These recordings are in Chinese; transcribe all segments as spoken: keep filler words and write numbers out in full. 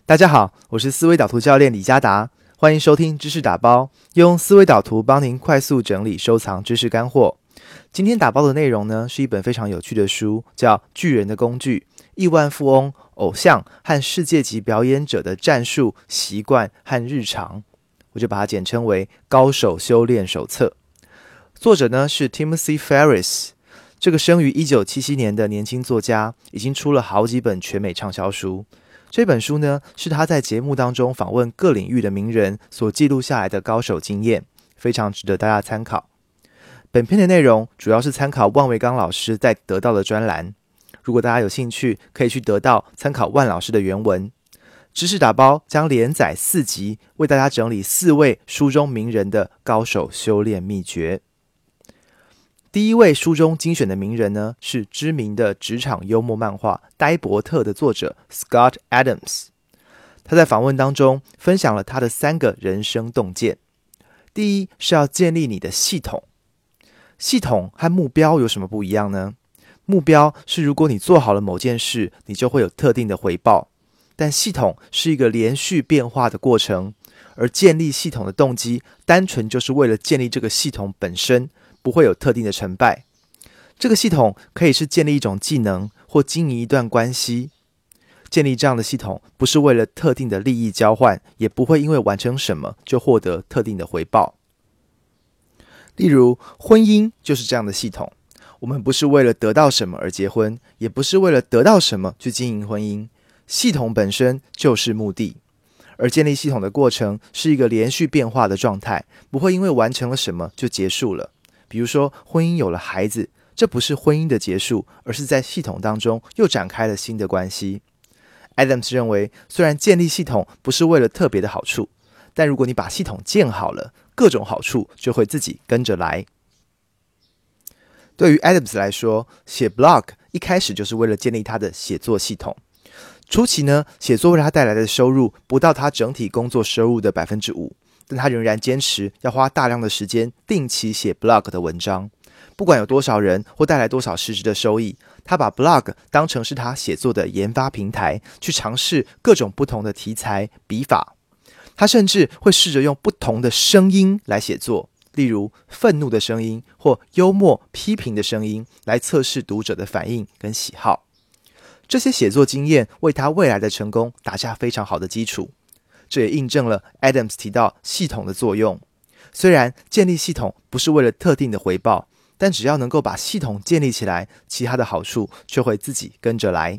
大家好，我是思维导图教练李嘉达，欢迎收听知识打包，用思维导图帮您快速整理收藏知识干货。今天打包的内容呢，是一本非常有趣的书，叫《巨人的工具：亿万富翁、偶像和世界级表演者的战术、习惯和日常》，我就把它简称为高手修炼手册。作者呢是 Timothy Ferriss， 这个生于一九七七年的年轻作家，已经出了好几本全美畅销书。这本书呢，是他在节目当中访问各领域的名人所记录下来的高手经验，非常值得大家参考。本篇的内容主要是参考万维刚老师在得到的专栏，如果大家有兴趣，可以去得到参考万老师的原文。知识打包将连载四集，为大家整理四位书中名人的高手修炼秘诀。第一位书中精选的名人呢，是知名的职场幽默漫画《呆伯特》的作者 Scott Adams。他在访问当中分享了他的三个人生洞见。第一是要建立你的系统。系统和目标有什么不一样呢？目标是如果你做好了某件事，你就会有特定的回报。但系统是一个连续变化的过程，而建立系统的动机，单纯就是为了建立这个系统本身，不会有特定的成败。这个系统可以是建立一种技能，或经营一段关系。建立这样的系统，不是为了特定的利益交换，也不会因为完成什么就获得特定的回报。例如，婚姻就是这样的系统。我们不是为了得到什么而结婚，也不是为了得到什么去经营婚姻。系统本身就是目的。而建立系统的过程是一个连续变化的状态，不会因为完成了什么就结束了。比如说，婚姻有了孩子，这不是婚姻的结束，而是在系统当中又展开了新的关系。Adams 认为，虽然建立系统不是为了特别的好处，但如果你把系统建好了，各种好处就会自己跟着来。对于 Adams 来说，写 blog 一开始就是为了建立他的写作系统。初期呢，写作为他带来的收入不到他整体工作收入的 百分之五， 但他仍然坚持要花大量的时间定期写 blog 的文章。不管有多少人或带来多少实质的收益，他把 blog 当成是他写作的研发平台，去尝试各种不同的题材、笔法。他甚至会试着用不同的声音来写作，例如愤怒的声音或幽默批评的声音，来测试读者的反应跟喜好。这些写作经验为他未来的成功打下非常好的基础。这也印证了 Adams 提到系统的作用。虽然建立系统不是为了特定的回报，但只要能够把系统建立起来，其他的好处却会自己跟着来。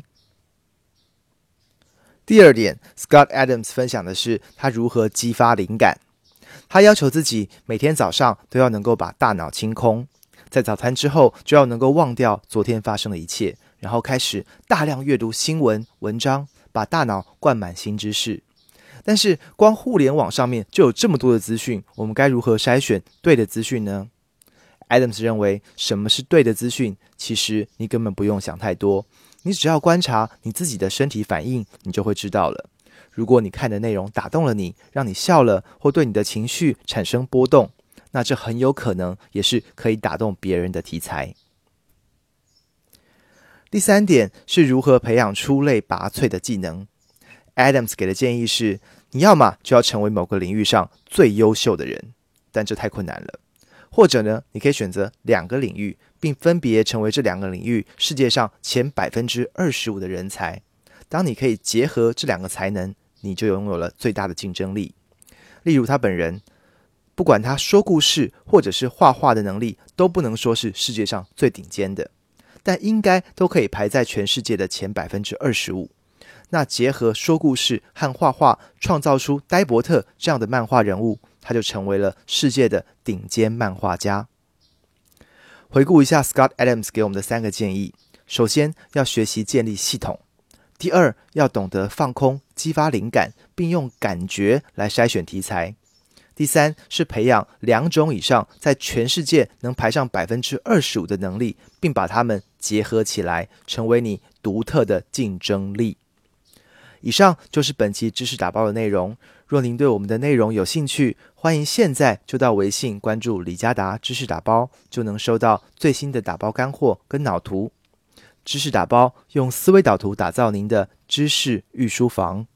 第二点， Scott Adams 分享的是他如何激发灵感。他要求自己每天早上都要能够把大脑清空，在早餐之后就要能够忘掉昨天发生的一切，然后开始大量阅读新闻、文章，把大脑灌满新知识。但是光互联网上面就有这么多的资讯，我们该如何筛选对的资讯呢？ Adams 认为，什么是对的资讯，其实你根本不用想太多，你只要观察你自己的身体反应，你就会知道了。如果你看的内容打动了你，让你笑了，或对你的情绪产生波动，那这很有可能也是可以打动别人的题材。第三点是如何培养出类拔萃的技能。 Adams 给的建议是，你要么就要成为某个领域上最优秀的人，但这太困难了。或者呢，你可以选择两个领域，并分别成为这两个领域世界上前 百分之二十五 的人才。当你可以结合这两个才能，你就拥有了最大的竞争力。例如他本人，不管他说故事或者是画画的能力，都不能说是世界上最顶尖的，但应该都可以排在全世界的前 百分之二十五。那结合说故事和画画，创造出呆伯特这样的漫画人物，他就成为了世界的顶尖漫画家。回顾一下 Scott Adams 给我们的三个建议：首先，要学习建立系统；第二，要懂得放空，激发灵感，并用感觉来筛选题材；第三，是培养两种以上在全世界能排上 百分之二十五 的能力，并把它们结合起来，成为你独特的竞争力。以上就是本期知识打包的内容。若您对我们的内容有兴趣，欢迎现在就到微信关注李嘉达知识打包，就能收到最新的打包干货跟脑图。知识打包用思维导图打造您的知识御书房。